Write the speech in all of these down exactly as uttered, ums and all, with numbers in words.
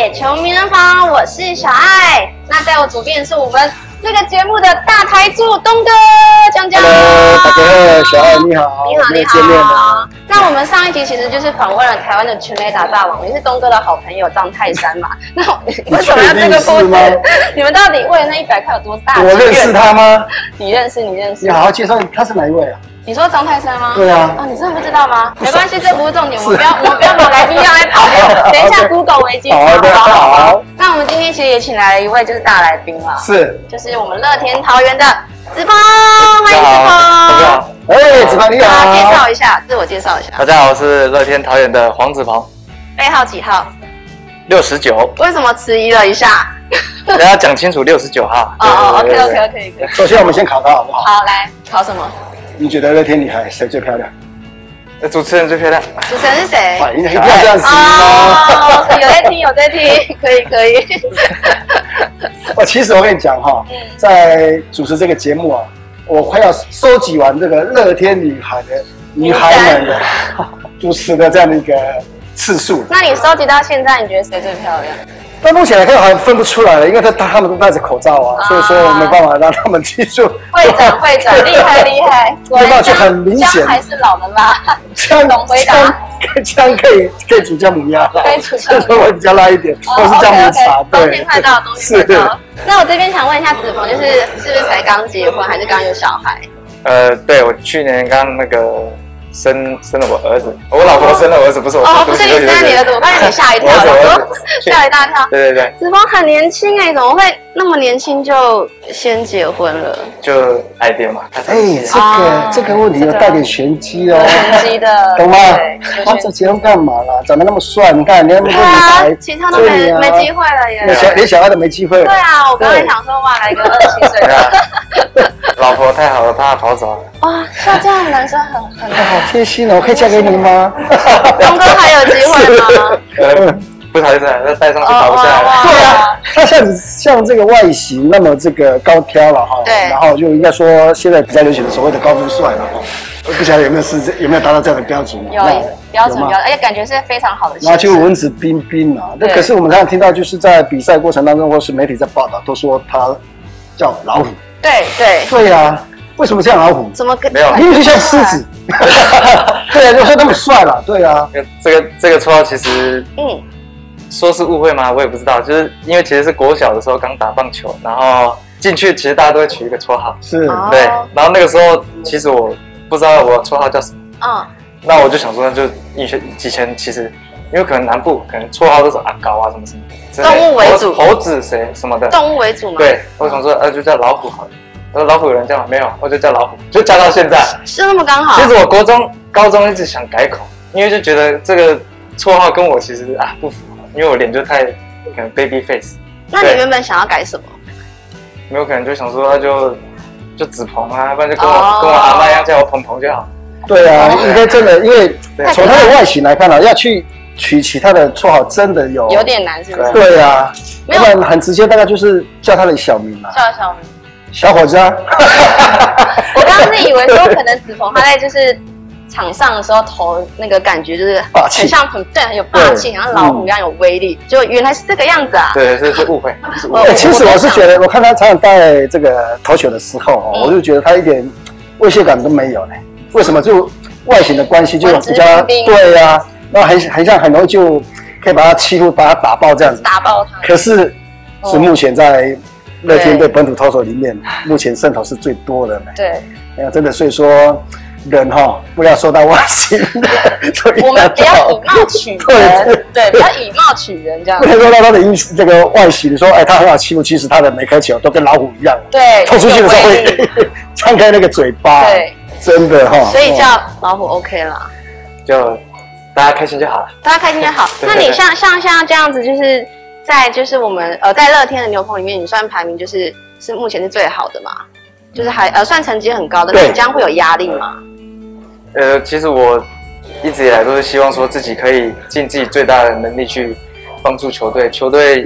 野球名人房，我是小爱。那在我左边是我们这个节目的大台柱东哥江江。 Hello， 大家好，小爱你好， 你好，你好。 见面了。 那我们上一集其实就是访问了台湾的全垒打大王，也是东哥的好朋友张泰山嘛。那为什么要这个故事？你们到底为了那一百块有多大？ 我认识他吗？ 你认识，你认识。 你好好介绍，他是哪一位啊？ 你说张泰山吗？ 对啊。 哦，你真的不知道吗？没关系，这不是重点，我们不要，我们不要把来宾要来讨论。等一下 Google 维基。 好的，好。 那我们今天其实也请来了一位就是大来宾了， 是， 就是我们乐天桃园的子鹏，欢迎子鹏。 大家好。 哎，子鹏你好。 介绍一下，自我介绍一下。 大家好，我是乐天桃园的黄子鹏。 背号几号？ 六十九。 为什么迟疑了一下？ 大家讲清楚，六十九号。 哦 ，OK OK OK 可以可以。 首先我们先考他好不好？ 好，来考什么？ 你觉得乐天女孩谁最漂亮？ 呃，主持人最漂亮。 主持人是谁？ 你一定要这样子哦，有在听，有在听，可以可以。 我其实我跟你讲哈，在主持这个节目啊，我快要收集完这个乐天女孩的女孩们的主持的这样的一个次数。 那你收集到现在，你觉得谁最漂亮？ 到目前来看好像分不出来了，因为他他们都戴着口罩啊，所以说我没办法让他们记住。 会长会长，厉害厉害， 没办法就很明显， 还是老的辣， 江懂回答。 江可以可以煮姜母鸭， 可以煮姜母鸭， 所以我比较辣一点，或是姜母茶，对。 冬天快到，冬天快到。那我这边想问一下子鹏，就是是不是才刚结婚，还是刚有小孩？ 呃，对，我去年刚那个。生生了我儿子，我老婆生了我儿子，不是我。 哦，不是你生了你儿子，我刚才你吓一跳，吓一大跳。 对对对， 子鹏很年轻哎，怎么会那么年轻就先结婚了？ 就爱爹嘛。 哎，这个这个问题有带点玄机哦， 玄机的， 懂吗？他这结婚干嘛啦？长得那么帅，你看，你看那么多女孩， 其他都没没机会了耶。 连小连小孩都没机会。 对啊，我刚才想说，哇，来个二十七岁的。 老婆太好了，怕他跑走了。 哇，像这样的男生很很好贴心哦，我可以嫁给你吗？ 东哥还有机会吗？ 呃，不好意思，那带上去跑不下来。 对啊，他像像这个外形那么这个高挑了哈， 对， 然后就应该说现在比较流行的所谓的高富帅了哈，我不晓得有没有是有没有达到这样的标准？ 有标准标准，而且感觉是非常好的。 然后就文质彬彬啊，那可是我们常常听到就是在比赛过程当中，或是媒体在报道都说他叫老虎。 对对对啊，为什么像老虎？ 怎么没有？ 因为就像狮子。对啊，就说那么帅了。对啊， 这个这个绰号其实，嗯，说是误会吗？我也不知道，就是因为其实是国小的时候刚打棒球，然后进去其实大家都会取一个绰号， 是对。然后那个时候其实我不知道我绰号叫什么，嗯，那我就想说，就以前以前其实因为可能南部可能绰号都是阿高啊什么什么。 动物为主， 猴子谁什么的， 动物为主嘛。 对，我想说，呃，就叫老虎好了。我说老虎有人叫吗？没有，我就叫老虎，就叫到现在。 是那么刚好。 其实我国中、高中一直想改口，因为就觉得这个绰号跟我其实啊不符合，因为我脸就太可能 baby face。 那你原本想要改什么？ 没有可能就想说就就子鹏啊，不然就跟我、哦、跟我阿妈一样叫我鹏鹏就好。 对啊，应该真的，因为从他的外形来看啊，要去。取其他的绰号真的有有点难，是不是？ 对啊，要不然很直接，大概就是叫他的小名嘛。 叫小名， 小伙子啊。 我刚刚是以为说，可能子鹏他在就是场上的时候投那个感觉就是很像很对，很有霸气，像老虎一样有威力，就原来是这个样子啊。 对，这是误会。 其实我是觉得，我看他常常带这个投球的时候，我就觉得他一点威胁感都没有嘞。为什么？就外形的关系，就比较对啊。然后很很像很容易就可以把他欺负，把他打爆这样子。 打爆他。 可是是目前在乐天队本土投手里面，目前胜投是最多的。 对。 哎呀，真的，所以说人哈不要受到外形。 我们不要以貌取人，对，不要以貌取人这样。 不能说到他的意这个外形，你说哎他很好欺负，其实他的每颗球都跟老虎一样。 对。 投出去的时候会张开那个嘴巴。 对。 真的哈。 所以叫老虎 OK 啦。 就。大家开心就好了， 大家开心就好。那你像像像这样子，就是在就是我们呃在乐天的牛棚里面，你算排名就是是目前是最好的嘛？就是还呃算成绩很高的，那你这样会有压力吗？ 呃，其实我一直以来都是希望说自己可以尽自己最大的能力去帮助球队，球队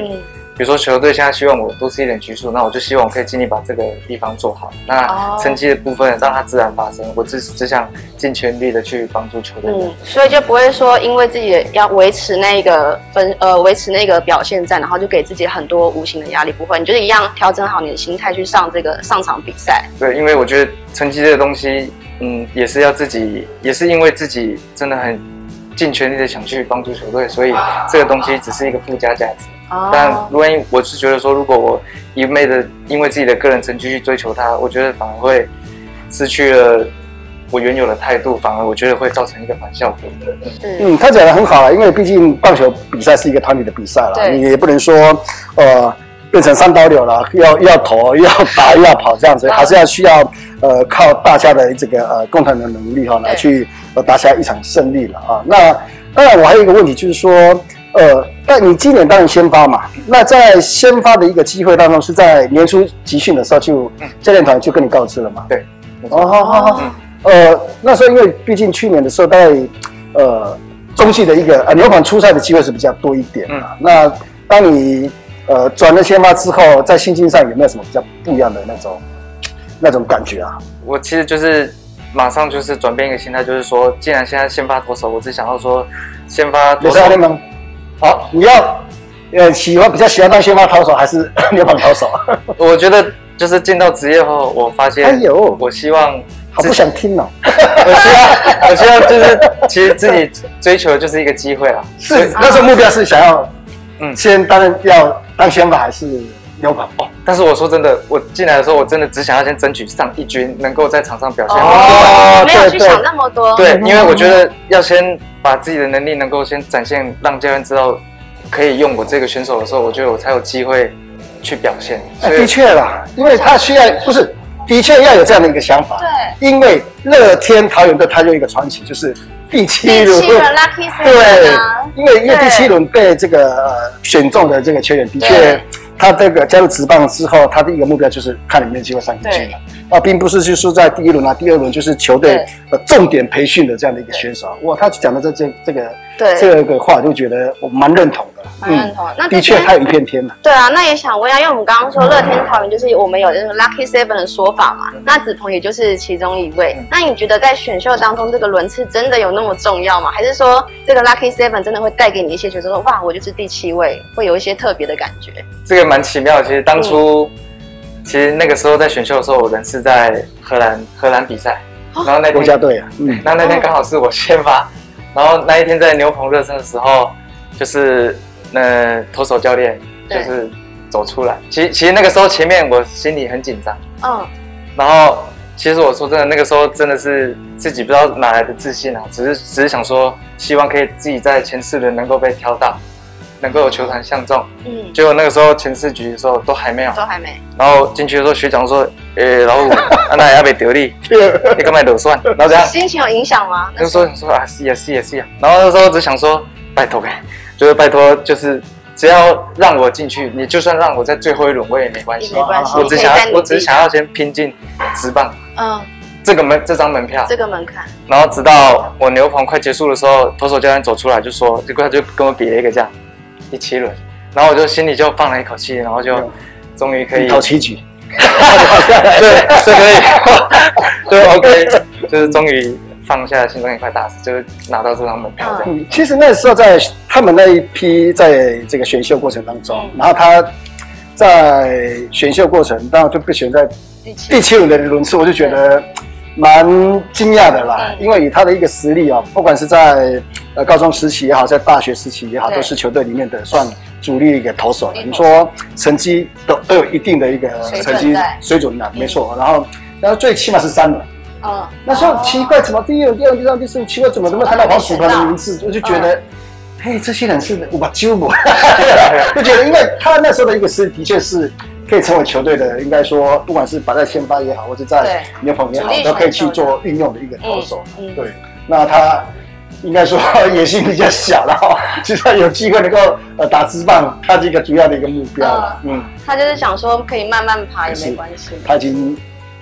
比如说球队现在希望我多吃一点局数，那我就希望我可以尽力把这个地方做好。那成绩的部分让它自然发生，我只只想尽全力的去帮助球队。 嗯，所以就不会说因为自己要维持那个分呃维持那个表现在，然后就给自己很多无形的压力。不会，你就是一样调整好你的心态去上这个上场比赛。 对，因为我觉得成绩这个东西，嗯，也是要自己，也是因为自己真的很尽全力的想去帮助球队，所以这个东西只是一个附加价值。但如果我是觉得说，如果我一昧的因为自己的个人成绩去追求它，我觉得反而会失去了我原有的态度，反而我觉得会造成一个反效果。 嗯，他讲的很好啊，因为毕竟棒球比赛是一个团体的比赛啦，你也不能说呃变成三刀流了，要要投要打要跑这样子，还是要需要呃靠大家的这个呃共同的能力哈、哦、来去呃打下一场胜利了啊。那当然我还有一个问题就是说。呃，但你今年当然先发嘛，那在先发的一个机会当中，是在年初集训的时候就，嗯、教练团就跟你告知了嘛？ 对。 哦，好好好。呃，那时候因为毕竟去年的时候，在呃中系的一个呃牛棚出赛的机会是比较多一点嘛。嗯、那当你呃转了先发之后，在心境上有没有什么比较不一样的那种那种感觉啊？ 我其实就是马上就是转变一个心态，就是说，既然现在先发投手，我只想要说先发投手。 好，你要呃喜欢比较喜欢当先发投手还是牛棚投手？ 我觉得就是进到职业后，我发现，哎呦，我希望， 好不想听哦。 我希望，我希望就是其实自己追求的就是一个机会啦。 是，那时候目标是想要，嗯，先当然要当先发还是牛棚？哦， 但是我说真的，我进来的时候，我真的只想要先争取上一军，能够在场上表现。 哦，没有去想那么多。 对，因为我觉得要先。把自己的能力能够先展现，让教练知道可以用我这个选手的时候，我觉得我才有机会去表现。 的确啦，因为他需要不是，的确要有这样的一个想法。 对， 因为乐天桃园队他就一个传奇，就是第七轮， 第七轮 Lucky Seven 对，因为因为第七轮被这个呃选中的这个球员，的确他这个加入职棒之后，他的一个目标就是看有没有机会上一军了。啊，并不是就是在第一轮啊，第二轮就是球队呃重点培训的这样的一个选手。哇，他讲的这这这个对这个话，就觉得我蛮认同的。 蛮认同的。那的确，他有一片天了。 对啊，那也想问一下，因为我们刚刚说乐天桃园就是我们有这个 Lucky Seven 的说法嘛，那子鹏也就是其中一位。那你觉得在选秀当中，这个轮次真的有那么重要吗？还是说这个 Lucky Seven 真的会带给你一些觉得说，哇，我就是第七位，会有一些特别的感觉？ 这个蛮奇妙的。其实当初。嗯其实那个时候在选秀的时候，我人是在荷兰荷兰比赛，然后那天国家队啊，嗯， 那那天刚好是我先发，然后那一天在牛棚热身的时候，就是呃投手教练就是走出来，其实其实那个时候前面我心里很紧张，嗯，然后其实我说真的，那个时候真的是自己不知道哪来的自信啊，只是只是想说，希望可以自己在前四轮能够被挑到。能够有球坛相中，嗯，结果那个时候前四局的时候都还没有， 都还没。 然后进去的时候，学长说：“诶、欸，老五，啊那也被得力，你干嘛得算？”然后这样， 心情有影响吗？ 那时候说啊，是呀，是呀，是呀。然后那时候只想说，拜托，就是拜托，就是只要让我进去，你就算让我在最后一轮，我也没关系， 没关系。 我只想要，我只是想要先拼进职棒，嗯，这个门这张门票， 这个门槛。 然后直到我牛棚快结束的时候，投手教练走出来就说，结果他就跟我比了一个这样。第七轮，然后我就心里就放了一口气，然后就终于可以投七局， 对，这可以，对 ，OK， 就是终于放下心中一块大石，就是拿到这张门票这样。 嗯，其实那时候在他们那一批在这个选秀过程当中，嗯、然后他在选秀过程当中就被选在第七轮的轮次，我就觉得蛮惊讶的啦，嗯、因为以他的一个实力啊，不管是在呃高中时期也好，在大学时期也好，都是球队里面的算主力一个投手了。你说成绩都都有一定的一个成绩水准的，没错。然后，然后最起码是三轮。嗯，那时候奇怪，怎么第一轮、第二轮、第三轮、第四轮，奇怪怎么都没有看到黄曙团的名字，我就觉得，嗯、嘿，这些人是五把揪我，就觉得，因为他那时候的一个实力的确是可以成为球队的，应该说，不管是摆在先发也好，或者在牛棚也好，都可以去做运用的一个投手。嗯嗯、对，那他。应该说野心比较小了哈，就算有机会能够呃打职棒，他这个主要的一个目标了。嗯， 他就是想说可以慢慢爬也没关系。 他已经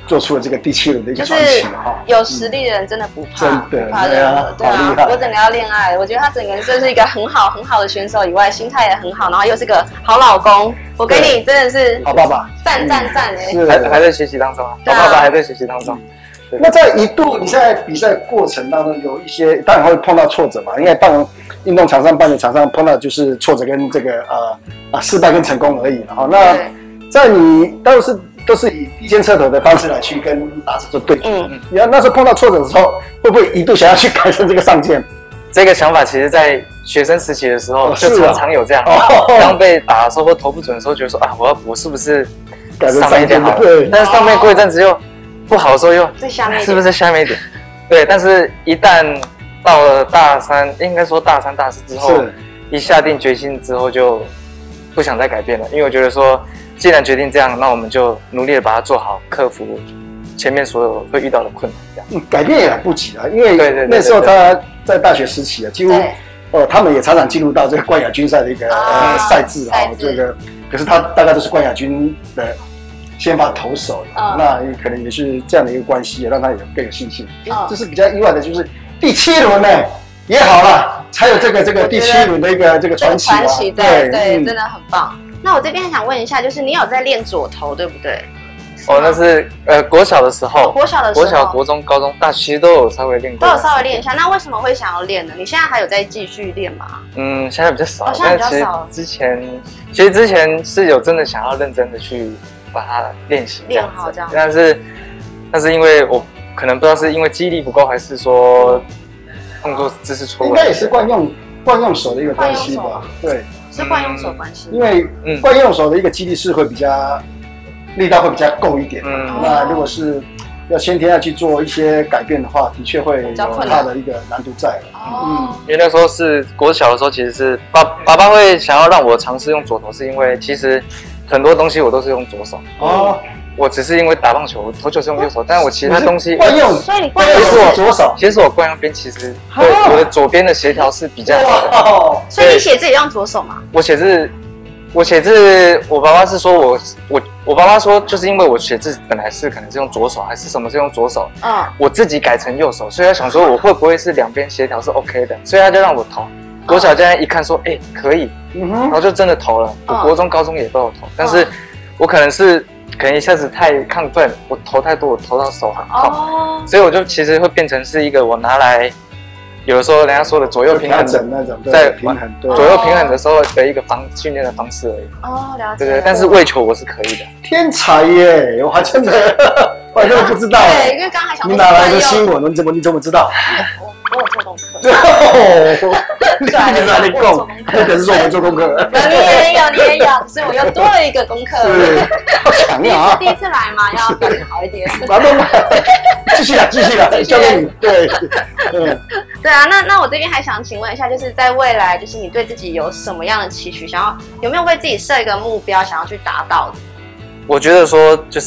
做出了这个第七轮的一个传奇哈。 有实力的人真的不怕， 真的不怕任何，对啊，我整个要恋爱，我觉得他整个人就是一个很好很好的选手以外，心态也很好，然后又是个好老公，我给你真的是好爸爸， 赞赞赞哎， 还还在学习当中啊，好爸爸还在学习当中。 那在一度你在比赛过程当中有一些当然会碰到挫折嘛，因为棒运动场上、棒球场上碰到就是挫折跟这个呃啊失败跟成功而已了哈。那在你都是都是以低肩侧投的方式来去跟打者做对决，嗯，你要那时候碰到挫折的时候，会不会一度想要去改成这个上肩？ 这个想法其实，在学生时期的时候就常常有这样，刚被打的时候或投不准的时候，觉得说啊，我要我是不是上面一点好？但是上面过一阵子又不好的时候又在下面， 是不是下面一点？对，但是一旦到了大三，应该说大三、大四之后，一下定决心之后，就不想再改变了，因为我觉得说，既然决定这样，那我们就努力的把它做好，克服前面所有会遇到的困难。这样， 嗯，改变也来不及了，因为那时候他在大学时期啊，几乎呃，他们也常常进入到这个冠亚军赛的一个呃赛制啊，这个可是他大概都是冠亚军的先发投手，嗯、那可能也是这样的一个关系，让他有更有信心。嗯、这是比较意外的，就是第七轮呢也好了，才有这个这个第七轮的一个这个传奇、啊。 传奇对对、嗯，真的很棒。那我这边想问一下，就是你有在练左投对不对？ 哦，那是呃国小的时候， 哦、国小的时候， 国小、国中、高中、大其实都有稍微练过， 都有稍微练一下。那为什么会想要练呢？你现在还有在继续练吗？ 嗯，现在比较少， 哦、现在比较少。 之前其实之前是有真的想要认真的去把它练习练好这样， 但是但是因为我可能不知道是因为记忆力不够，还是说动作姿势错误， 应该也是惯用惯用手的一个关系吧？对， 是惯用手关系。 因为惯用手的一个肌力是会比较力道会比较够一点。嗯，那如果是要先天要去做一些改变的话，的确会有它的一个难度在。 嗯，因为那时候是国小的时候，其实是爸爸爸会想要让我尝试用左投，是因为其实很多东西我都是用左手。哦。我只是因为打棒球，我投球是用右手，但是我其他东西惯用， 所以你惯用是左手。 其实我惯用边其实对我的左边的协调是比较好的。 所以你写字也用左手吗？ 我写字，我写字，我爸爸是说我我我爸爸说，就是因为我写字本来是可能是用左手，还是什么是用左手，嗯，我自己改成右手，所以他想说我会不会是两边协调是 OK 的，所以他就让我投。国小家一看说，哎、欸，可以，嗯哼，然后就真的投了。我国中、高中也都有投，但是我可能是。可能一下子太亢奋，我投太多，我投到手很痛，哦、所以我就其实会变成是一个我拿来，有的时候人家说的左右平衡那种， 在平衡左右平衡的时候的一个方训练的方式而已。 哦，了解。 对对，但是喂球我是可以的。 天才耶！我还真的，我还真的不知道。 对，因为刚刚还想你哪来的新闻？你怎么你怎么知道？ 我我有做功课。 哦，你在哪里供？那可是说我没做功课。 你也有，你也有，所以我又多了一个功课。 好强啊！ 第一次来嘛，要表现好一点。 马上继续来，继续来，交给你。对， 嗯，对啊，那那我这边还想请问一下，就是在未来，就是你对自己有什么样的期许？想要有没有为自己设一个目标，想要去达到的？ 我觉得说就是，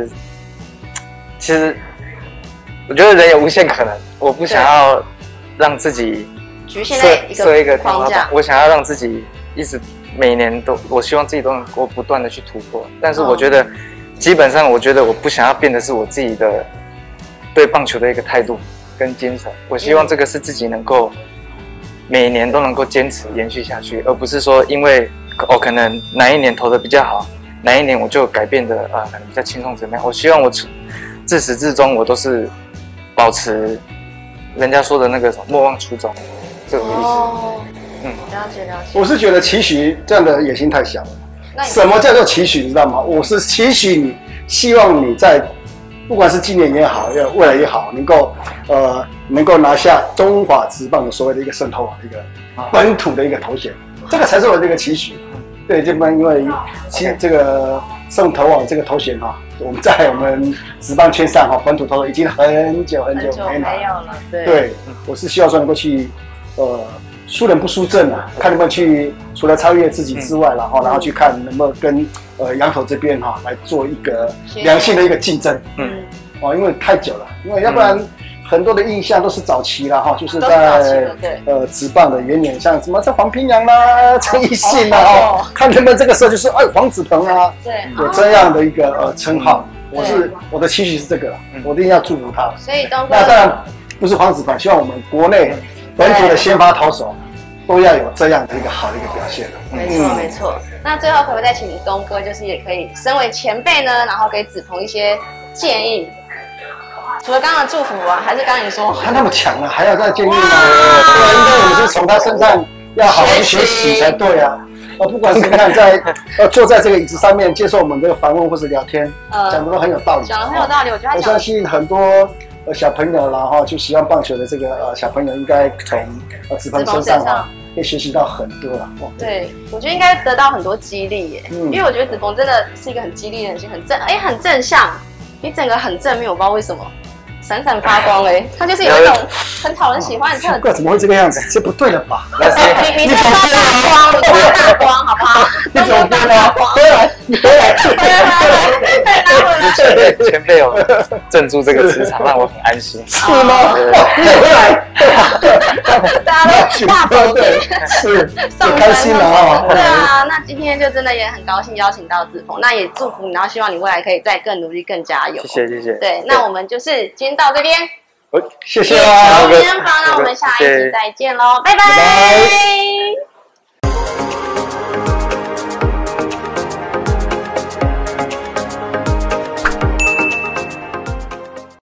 其实我觉得人有无限可能，我不想要让自己局限在一个设一个框架， 我想要让自己一直每年都，我希望自己都能够不断的去突破。但是我觉得，基本上我觉得我不想要变的是我自己的对棒球的一个态度跟精神。我希望这个是自己能够每年都能够坚持延续下去，而不是说因为我、哦、可能哪一年投的比较好。哪一年我就改变的呃，可能比较轻松怎么样？我希望我自始至终我都是保持人家说的那个什么莫忘初衷这种意思。哦， 嗯，了解了解。 我是觉得期许这样的野心太小了。什么叫做期许？你知道吗？我是期许你，希望你在不管是今年也好，未来也好，能够呃能够拿下中华职棒的所谓的一个渗透网的一个本土的一个头衔，这个才是我的一个期许。对，这边因为其实这个圣投网这个头衔哈，我们在我们职棒圈上哈，本土投手已经很久很久没拿了。对， 对，我是希望说能够去呃输人不输阵啊，看能不能去除了超越自己之外，然后然后去看能不能跟呃洋投这边哈来做一个良性的一个竞争。嗯，哦，因为太久了，因为要不然。很多的印象都是早期啦，哈，就是在呃职棒的元年，像什么在黄平洋啦、陈奕迅啦，哦，看他们这个时候就是哎黄子鹏啊，对，有这样的一个呃称号。 我是我的期许是这个，我一定要祝福他。 所以东哥， 那当然不是黄子鹏，希望我们国内本土的先发投手都要有这样的一个好的一个表现。 没错没错。那最后可不可以再请东哥，就是也可以身为前辈呢，然后给子鹏一些建议？除了刚刚的祝福啊，还是刚刚你说他那么强了，还要再建议吗？对啊，应该我们是从他身上要好好去学习才对啊。哦，不管是你看在呃坐在这个椅子上面接受我们这个访问或是聊天，呃、讲的都很有道理。 讲的很有道理，我觉得他我相信很多呃小朋友啦哈，就喜欢棒球的这个呃小朋友，应该从呃子鹏身上啊可以学习到很多了。哦， 对，我觉得应该得到很多激励耶，嗯、因为我觉得子鹏真的是一个很激励人心、很正哎很正向，你整个很正面，我不知道为什么。闪闪发光哎、欸，他就是有一种很讨人喜欢的特质。 怪怎么会这个样子？这不对了吧？ 你你是发大光，你发大光好不好？ 你怎么发大光？回来，回来，回来， 回来！前辈有镇住这个磁场，让我很安心。 是吗？你回来， 大家都大宝贝， 是，很开心了啊！ 对啊，那今天就真的也很高兴邀请到子鹏，那也祝福你，然后希望你未来可以再更努力、更加油。 谢谢，谢谢。 对，那我们就是今天到这边， 谢谢啦。 今天好，那我们下一集再见喽，拜拜。